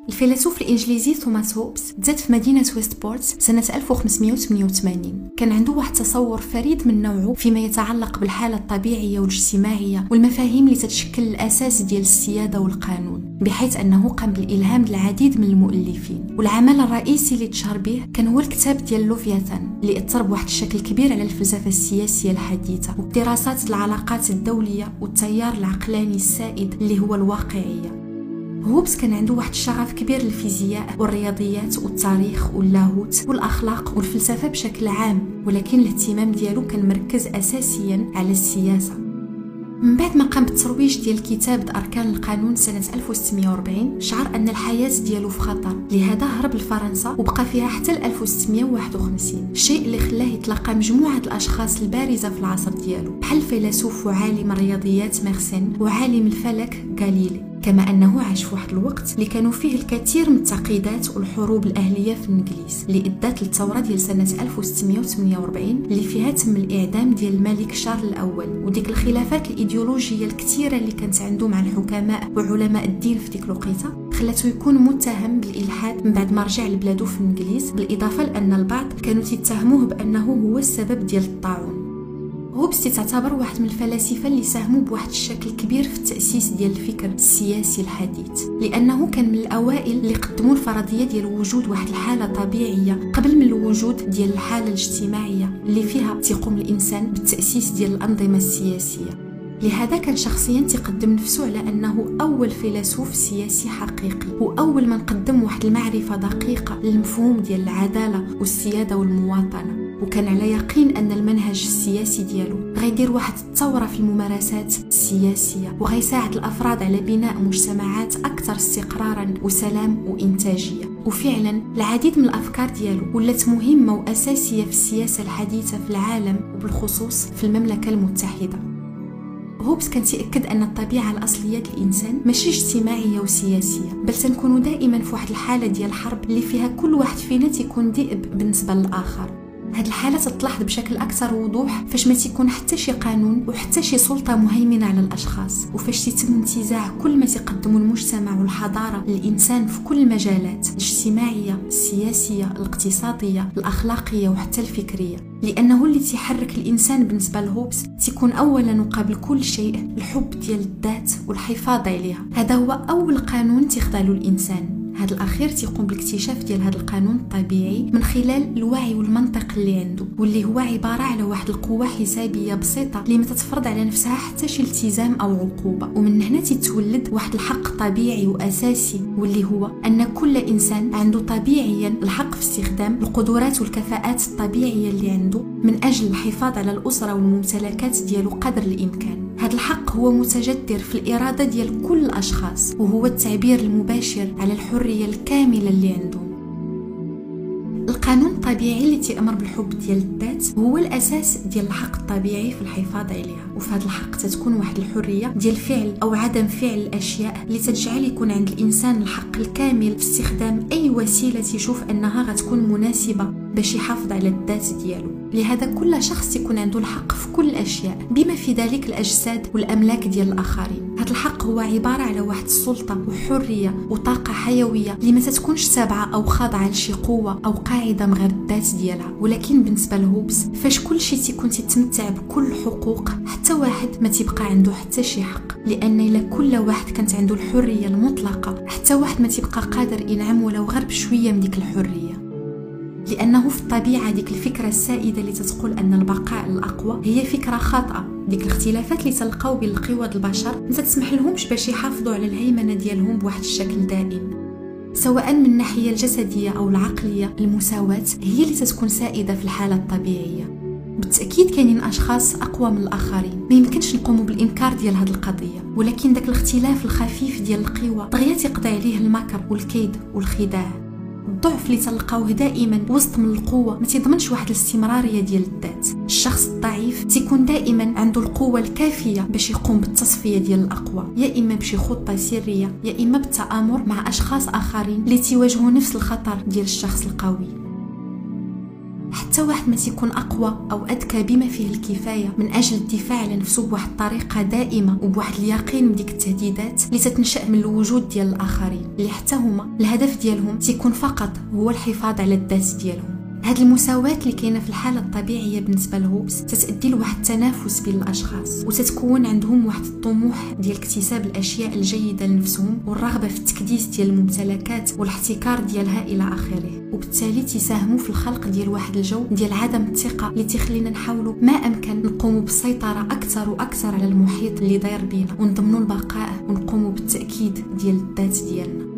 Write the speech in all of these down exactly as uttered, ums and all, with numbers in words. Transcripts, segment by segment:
الفيلسوف الإنجليزي توماس هوبس تزاد في مدينة ويستبورت سنة ألف وخمسمائة وثمانية وثمانين. كان عنده واحد تصور فريد من نوعه فيما يتعلق بالحالة الطبيعية والاجتماعية والمفاهيم اللي تتشكل الأساس ديال السيادة والقانون، بحيث أنه قام بالإلهام للعديد من المؤلفين. والعمل الرئيسي اللي تشهر به كان هو الكتاب ديال لوفياتان اللي أثر بواحد الشكل كبير على الفلسفة السياسية الحديثة ودراسات العلاقات الدولية والتيار العقلاني السائد اللي هو الواقعية. هوبس كان عنده واحد الشغف كبير للفيزياء والرياضيات والتاريخ واللاهوت والأخلاق والفلسفة بشكل عام، ولكن الاهتمام ديالو كان مركز أساسيا على السياسة. من بعد ما قام بالترويج ديال كتاب أركان القانون سنة ألف وستمائة وأربعين، شعر أن الحياة ديالو في خطر، لهذا هرب لفرنسا وبقى فيها حتى ل ألف وستمائة وواحد وخمسين، الشيء اللي خلاه يتلقى مجموعة الأشخاص البارزة في العصر ديالو بحال الفيلسوف وعالم الرياضيات ميرسين وعالم الفلك غاليلي. كما أنه عاش في واحد الوقت اللي كانوا فيه الكثير من التعقيدات والحروب الأهلية في الإنجليز اللي أدت للثورة ديال سنة ألف وستمائة وثمانية وأربعين اللي فيها تم الإعدام ديال الملك شارل الأول، وديك الخلافات الإيديولوجية الكثيرة اللي كانت عنده مع الحكماء وعلماء الدين في ديك الوقيته خلته يكون متهم بالإلحاد من بعد ما رجع لبلادو في الإنجليز، بالإضافة لأن البعض كانوا يتهموه بأنه هو السبب ديال الطاعون. هوبس تعتبر واحد من الفلاسفة اللي ساهموا بواحد الشكل كبير في التأسيس ديال الفكر السياسي الحديث، لأنه كان من الأوائل اللي قدموا الفرضية ديال وجود واحد الحالة طبيعية قبل من الوجود ديال الحالة الاجتماعية اللي فيها تقوم الإنسان بالتأسيس ديال الأنظمة السياسية. لهذا كان شخصيا تقدم نفسه على أنه أول فيلسوف سياسي حقيقي وأول من قدم واحد المعرفة دقيقة للمفهوم ديال العدالة والسيادة والمواطنة، وكان على يقين أن المنهج السياسي ديالو غيدير واحد الثورة في الممارسات السياسية وغيساعد الأفراد على بناء مجتمعات أكثر استقرارا وسلام وإنتاجية. وفعلا العديد من الأفكار ديالو ولات مهمة وأساسية في السياسة الحديثة في العالم وبالخصوص في المملكة المتحدة. هوبس كان تأكد أن الطبيعة الأصلية للإنسان ماشي اجتماعية وسياسية، بل تنكون دائما في واحد الحالة ديال الحرب اللي فيها كل واحد فينا تيكون ذئب بالنسبة للآخر. هاد الحالة تتلاحظ بشكل أكثر وضوح فاش ما تيكون حتى شي قانون وحتى شي سلطة مهيمنة على الأشخاص، وفاش تيتم انتزاع كل ما تقدمه المجتمع والحضارة للإنسان في كل المجالات الاجتماعية، السياسية، الاقتصادية، الأخلاقية وحتى الفكرية. لأنه اللي تيحرك الإنسان بالنسبة لهوبس تيكون أولا وقبل كل شيء الحب ديال الذات والحفاظ عليها. هذا هو أول قانون تيخضع له الإنسان. هذا الأخير تيقوم بالاكتشاف ديال هذا القانون الطبيعي من خلال الوعي والمنطق اللي عنده، واللي هو عبارة على واحد القوة حسابية بسيطة اللي ما تتفرض على نفسها حتى شي التزام أو عقوبة. ومن هنا تتولد واحد الحق طبيعي وأساسي، واللي هو أن كل إنسان عنده طبيعيا الحق في استخدام القدرات والكفاءات الطبيعية اللي عنده من أجل الحفاظ على الأسرة والممتلكات ديالو قدر الإمكان. هذا الحق هو متجذر في الإرادة ديال كل الأشخاص، وهو التعبير المباشر على الحرية الكاملة اللي عندهم. القانون الطبيعي اللي تأمر بالحب ديال الذات هو الأساس ديال الحق الطبيعي في الحفاظ عليها، وفي هذا الحق تتكون واحد الحرية ديال فعل أو عدم فعل الأشياء اللي تجعل يكون عند الإنسان الحق الكامل في استخدام أي وسيلة يشوف أنها غتكون مناسبة باش يحافظ على الذات ديالو. لهذا كل شخص يكون عنده الحق في كل الأشياء بما في ذلك الأجساد والأملاك ديال الآخرين. هذا الحق هو عبارة على واحد السلطة وحرية وطاقة حيوية اللي ما تتكونش تابعة أو خاضعة لشي قوة أو قاعدة من غير الذات ديالها. ولكن بالنسبة لهوبس فاش كل شيء تيكون تتمتع بكل الحقوق، حتى واحد ما تيبقى عنده حتى شي حق، لأن إلا كل واحد كانت عنده الحرية المطلقة حتى واحد ما تيبقى قادر ينعم ولو غير بشوية من ديك الحرية. لأنه في الطبيعة ديك الفكرة السائدة اللي تتقول أن البقاء الأقوى هي فكرة خاطئة. ديك الاختلافات اللي تلقاو بين القوى البشر ما تسمح لهمش باش يحافظوا على الهيمنة ديالهم بواحد الشكل دائم، سواء من الناحية الجسدية أو العقلية. المساواة هي اللي تتكون سائدة في الحالة الطبيعية. بالتأكيد كاينين أشخاص أقوى من الآخرين، ما يمكنش نقوموا بالإنكار ديال هذه القضية، ولكن داك الاختلاف الخفيف ديال القوى دغيا تقضي عليه المكر والكيد والخداع. الضعف اللي تلقاوه دائما وسط من القوة ما تضمنش واحد الاستمرارية ديال الذات. الشخص الضعيف تيكون دائما عنده القوة الكافية باش يقوم بالتصفية ديال الأقوى، يا إما بشي خطة سرية يا إما بالتآمر مع أشخاص آخرين اللي تيواجهوا نفس الخطر ديال الشخص القوي. حتى حتى واحد ما تيكون اقوى او اذكى بما فيه الكفايه من اجل الدفاع على نفسه بواحد الطريقه دائمه وبواحد اليقين بديك التهديدات اللي تتنشا من الوجود ديال الاخرين اللي حتى هما الهدف ديالهم تيكون فقط هو الحفاظ على الذات ديالهم. هاد المساواة اللي كاينه في الحاله الطبيعيه بالنسبه لهوبس تتادي لواحد التنافس بين الاشخاص وتتكون عندهم واحد الطموح ديال اكتساب الاشياء الجيده لنفسهم والرغبه في التكديس ديال الممتلكات والاحتكار ديالها الى اخره، وبالتالي تساهموا في الخلق ديال واحد الجو ديال عدم الثقه اللي تخلينا نحاولوا ما امكن نقوموا بالسيطره اكثر واكثر على المحيط اللي داير بينا ونضمنوا البقاء ونقوموا بالتاكيد ديال الذات ديالنا.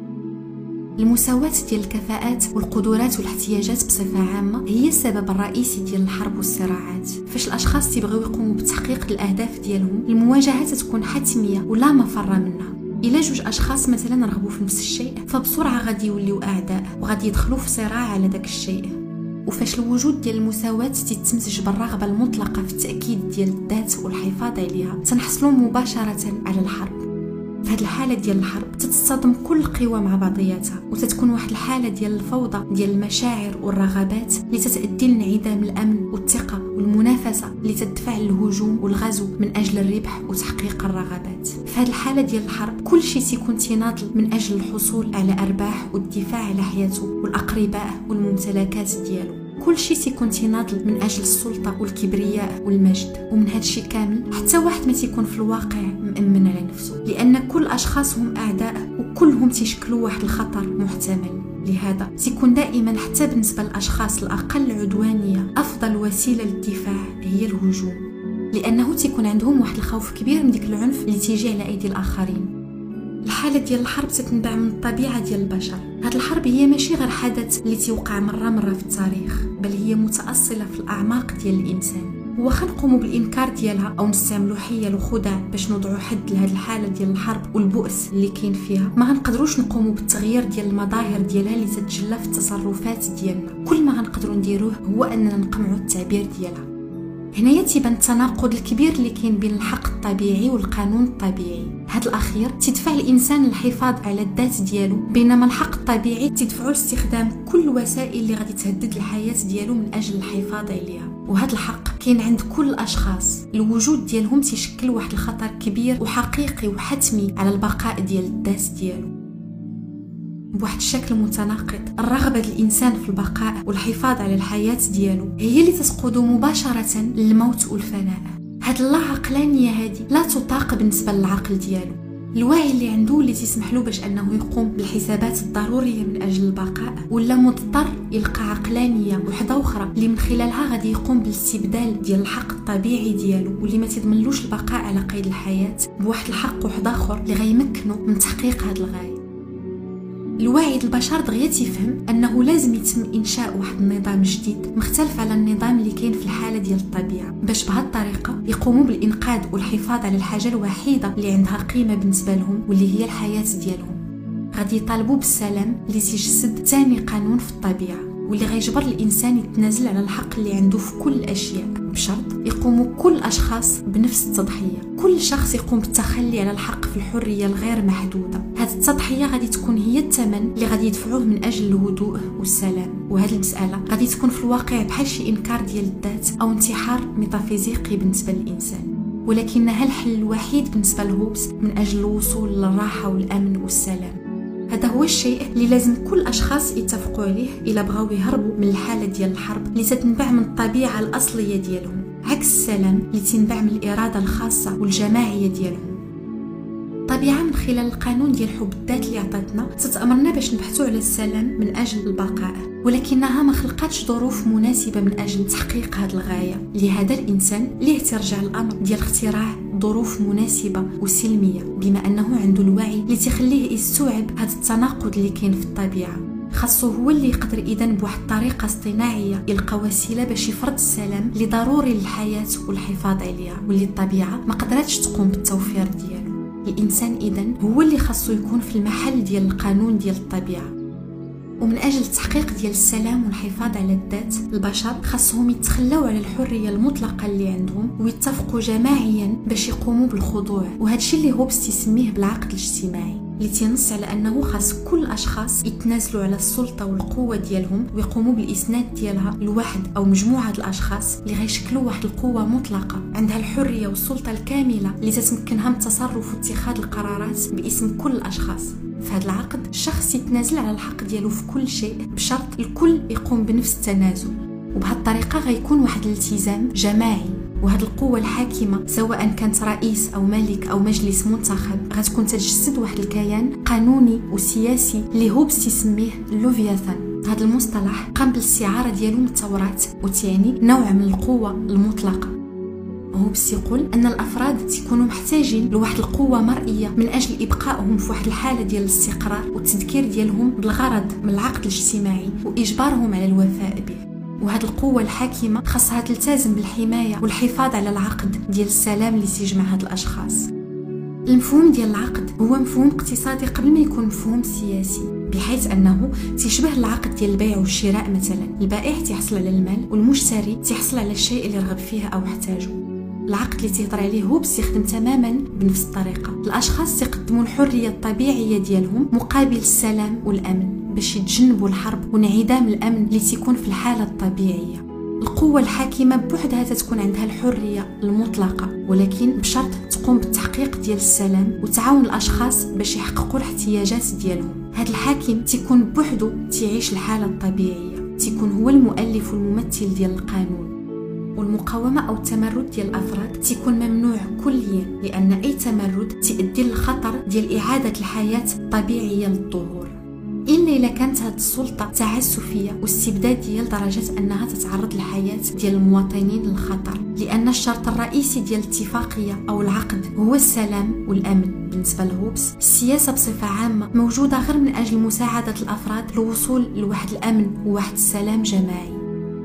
المساواة ديال الكفاءات والقدرات والاحتياجات بصفة عامة هي السبب الرئيسي ديال الحرب والصراعات. فاش الاشخاص تيبغيو يقوموا بتحقيق الاهداف ديالهم المواجهة تتكون حتمية ولا مفر منها. الا جوج اشخاص مثلا رغبوا في نفس الشيء فبسرعة غادي يوليو اعداء وغادي يدخلوا في صراع على داك الشيء. وفاش الوجود ديال المساواة تتمزج بالرغبة المطلقة في التأكيد ديال الذات والحفاظ عليها تنحصلوا مباشرة على الحرب. في هذه الحاله ديال الحرب تتصادم كل القوى مع بعضياتها وتتكون واحد الحاله ديال الفوضى ديال المشاعر والرغبات اللي تتؤدي لانعدام الامن والثقه والمنافسه اللي تدفع للهجوم والغزو من اجل الربح وتحقيق الرغبات. في هذه الحاله ديال الحرب كل شيء تيكون تناضل من اجل الحصول على ارباح والدفاع على حياته والاقرباء والممتلكات ديالو. كل شيء تيكون تناضل من اجل السلطه والكبرياء والمجد، ومن هذا الشيء كامل حتى واحد ما تيكون في الواقع مأمن على نفسه، لان كل اشخاص هم اعداء وكلهم تيشكلوا واحد الخطر محتمل. لهذا تيكون دائما حتى بالنسبه للاشخاص الاقل عدوانيه افضل وسيله للدفاع هي الهجوم، لانه تيكون عندهم واحد الخوف كبير من ديك العنف اللي تيجي على ايدي الاخرين. الحاله ديال الحرب تتنبع من الطبيعه ديال البشر. هاد الحرب هي ماشي غير حدث اللي تيوقع مره مره في التاريخ، بل هي متاصله في الاعماق ديال الانسان. واخا نقوموا بالانكار ديالها او نستعملوا حيل وخدع باش نوضعوا حد لهاد الحاله ديال الحرب والبؤس اللي كاين فيها، ما غنقدروش نقوموا بالتغيير ديال المظاهر ديالها اللي تتجلى في التصرفات ديالنا. كل ما غنقدروا نديروه هو اننا نقمعوا التعبير ديالها. هنايا تيبان التناقض الكبير اللي كاين بين الحق الطبيعي والقانون الطبيعي. هذا الاخير تدفع الانسان للحفاظ على الذات ديالو، بينما الحق الطبيعي تدفعو لاستخدام كل الوسائل اللي غادي تهدد الحياه ديالو من اجل الحفاظ عليها. وهذا الحق كاين عند كل الاشخاص، الوجود ديالهم تيشكل واحد الخطر كبير وحقيقي وحتمي على البقاء ديال الذات ديالو. بواحد الشكل متناقض الرغبه الانسان في البقاء والحفاظ على الحياه ديالو هي اللي تسقط مباشره للموت والفناء. هاد اللا عقلانيه هذه لا تطاق بالنسبه للعقل ديالو. الوعي اللي عنده اللي تسمح له باش انه يقوم بالحسابات الضروريه من اجل البقاء، ولا مضطر يلقى عقلانيه وحده اخرى اللي من خلالها غادي يقوم بالاستبدال ديال الحق الطبيعي ديالو واللي ما تضمنلوش البقاء على قيد الحياه بواحد الحق واحد اخر اللي غيمكنه من تحقيق هاد الغايه. الوعي ديال البشر دغيا تيفهم انه لازم يتم انشاء واحد النظام جديد مختلف على النظام اللي كاين في الحاله ديال الطبيعه، باش بهذه الطريقه يقوموا بالانقاذ والحفاظ على الحاجه الوحيده اللي عندها قيمه بالنسبه لهم واللي هي الحياه ديالهم. غادي يطالبوا بالسلام اللي تيجسد ثاني قانون في الطبيعه واللي غيجبر الانسان يتنازل على الحق اللي عنده في كل الاشياء، بشرط يقوموا كل الاشخاص بنفس التضحيه. كل شخص يقوم بالتخلي على الحق في الحريه الغير محدوده. هذه التضحيه غادي تكون هي الثمن اللي غادي يدفعوه من اجل الهدوء والسلام. وهذه المساله غادي تكون في الواقع بحال شي انكار ديال الذات او انتحار ميتافيزيقي بالنسبه للانسان، ولكنها الحل الوحيد بالنسبه لهوبس من اجل الوصول للراحه والامن والسلام. هذا هو الشيء اللي لازم كل الاشخاص يتفقوا عليه الا بغاو يهربوا من الحاله ديال الحرب اللي تتنبع من الطبيعه الاصليه ديالهم، عكس السلام اللي تنبع من الاراده الخاصه والجماعيه ديالهم. الطبيعه من خلال القانون ديال حب الذات اللي عطاتنا تتامرنا باش نبحثوا على السلام من اجل البقاء، ولكنها ما خلقاتش ظروف مناسبه من اجل تحقيق هذه الغايه. لهذا الانسان ليه ترجع الامر ديال اختراع ظروف مناسبه وسلميه، بما انه عنده الوعي اللي تخليه يستوعب هذا التناقض اللي كاين في الطبيعه. خاصو هو اللي يقدر اذا بواحد الطريقه اصطناعيه يلقى وسيله باش يفرض السلام اللي ضروري للحياه والحفاظ عليها، واللي الطبيعه ما قدرتش تقوم بالتوفير ديالو. الانسان اذا هو اللي خاصو يكون في المحل ديال القانون ديال الطبيعه. ومن اجل التحقيق ديال السلام والحفاظ على الذات، البشر خاصهم يتخلاو على الحريه المطلقه اللي عندهم ويتفقوا جماعيا باش يقوموا بالخضوع، وهذا الشيء اللي هوبس يسميه بالعقد الاجتماعي. اللي تينص على انه خاص كل اشخاص يتنازلوا على السلطه والقوه ديالهم ويقوموا بالاسناد ديالها لواحد او مجموعه الاشخاص اللي غيشكلوا واحد القوه مطلقه عندها الحريه والسلطه الكامله اللي تتمكنها من التصرف واتخاذ القرارات باسم كل الاشخاص. في هذا العقد الشخص يتنازل على الحق ديالو في كل شيء بشرط الكل يقوم بنفس التنازل، وبهذه الطريقه غيكون واحد الالتزام جماعي. وهذه القوة الحاكمة سواء كانت رئيس أو ملك أو مجلس منتخب غتكون تجسد واحد الكيان قانوني وسياسي اللي هو بيسميه لوفياثان. هذا المصطلح قام بالاستعارة ديالو من التوراة وتعني نوع من القوة المطلقة. وهو بس يقول أن الأفراد تكونوا محتاجين لواحد القوة مرئية من أجل إبقائهم في واحد الحالة ديال الاستقرار والتذكير ديالهم بالغرض من العقد الاجتماعي وإجبارهم على الوفاء به. وهذه القوة الحاكمة خاصها تلتزم بالحماية والحفاظ على العقد ديال السلام اللي تيجمع هاد الأشخاص. المفهوم ديال العقد هو مفهوم اقتصادي قبل ما يكون مفهوم سياسي، بحيث أنه تشبه العقد ديال البيع والشراء. مثلا البائع تيحصل على المال والمشتري تيحصل على الشيء اللي رغب فيه أو احتاجه. العقد اللي تيهضر عليه هو بس يخدم تماما بنفس الطريقة. الأشخاص يقدموا الحرية الطبيعية ديالهم مقابل السلام والأمن باش يتجنبوا الحرب وانعدام الأمن اللي تيكون في الحالة الطبيعية. القوة الحاكمة بوحدها تتكون عندها الحرية المطلقة، ولكن بشرط تقوم بالتحقيق ديال السلام وتعاون الأشخاص باش يحققوا الاحتياجات ديالهم. هذا الحاكم تيكون بوحده تيعيش الحالة الطبيعية، تيكون هو المؤلف والممثل ديال القانون. والمقاومة أو التمرد ديال الأفراد تيكون ممنوع كليا، لأن أي تمرد تؤدي للخطر ديال إعادة الحياة الطبيعية للظهور، إلا إلا كانت هذه السلطة تعسفية واستبدادية لدرجة أنها تتعرض الحياة ديال المواطنين للخطر. لأن الشرط الرئيسي ديال الاتفاقية أو العقد هو السلام والأمن. بالنسبة لهوبس السياسة بصفة عامة موجودة غير من أجل مساعدة الأفراد للوصول لواحد الأمن وواحد السلام جماعي.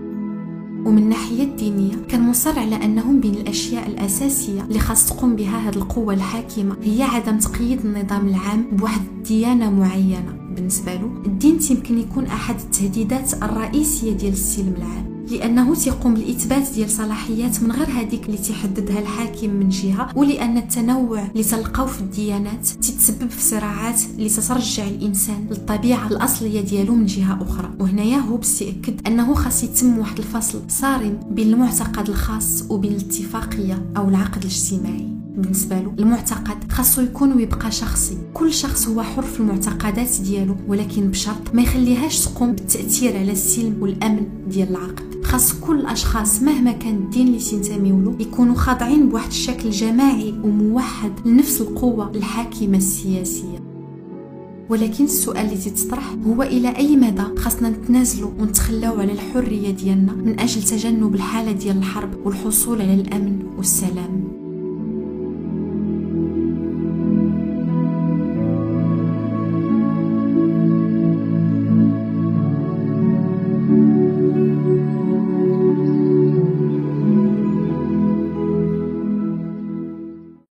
ومن الناحية الدينية كان مصر على أنهم بين الأشياء الأساسية اللي خاص تقوم بها هذه القوة الحاكمة هي عدم تقييد النظام العام بواحد الديانة معينة. بالنسبة له الدين يمكن يكون أحد التهديدات الرئيسية ديال السلم العام، لأنه تيقوم بالإثبات ديال صلاحيات من غير هذيك اللي تحددها الحاكم من جهة، ولأن التنوع اللي تلقاو في الديانات تتسبب في صراعات اللي تترجع الإنسان للطبيعة الأصلية ديالو من جهة أخرى. وهنايا هو بس يأكد أنه خاص يتم واحد الفصل صارم بين المعتقد الخاص وبين الاتفاقية أو العقد الاجتماعي. بالنسبة له المعتقد خاصو يكون ويبقى شخصي، كل شخص هو حر في المعتقدات ديالو، ولكن بشرط ما يخليهاش تقوم بالتأثير على السلم والأمن ديال العقد. خاص كل الأشخاص مهما كان الدين اللي تنتميو له يكونوا خاضعين بواحد الشكل جماعي وموحد لنفس القوة الحاكمة السياسية. ولكن السؤال اللي تطرح هو إلى أي مدى خاصنا نتنازلوا ونتخلاو على الحرية ديالنا من أجل تجنب الحالة ديال الحرب والحصول على الأمن والسلام؟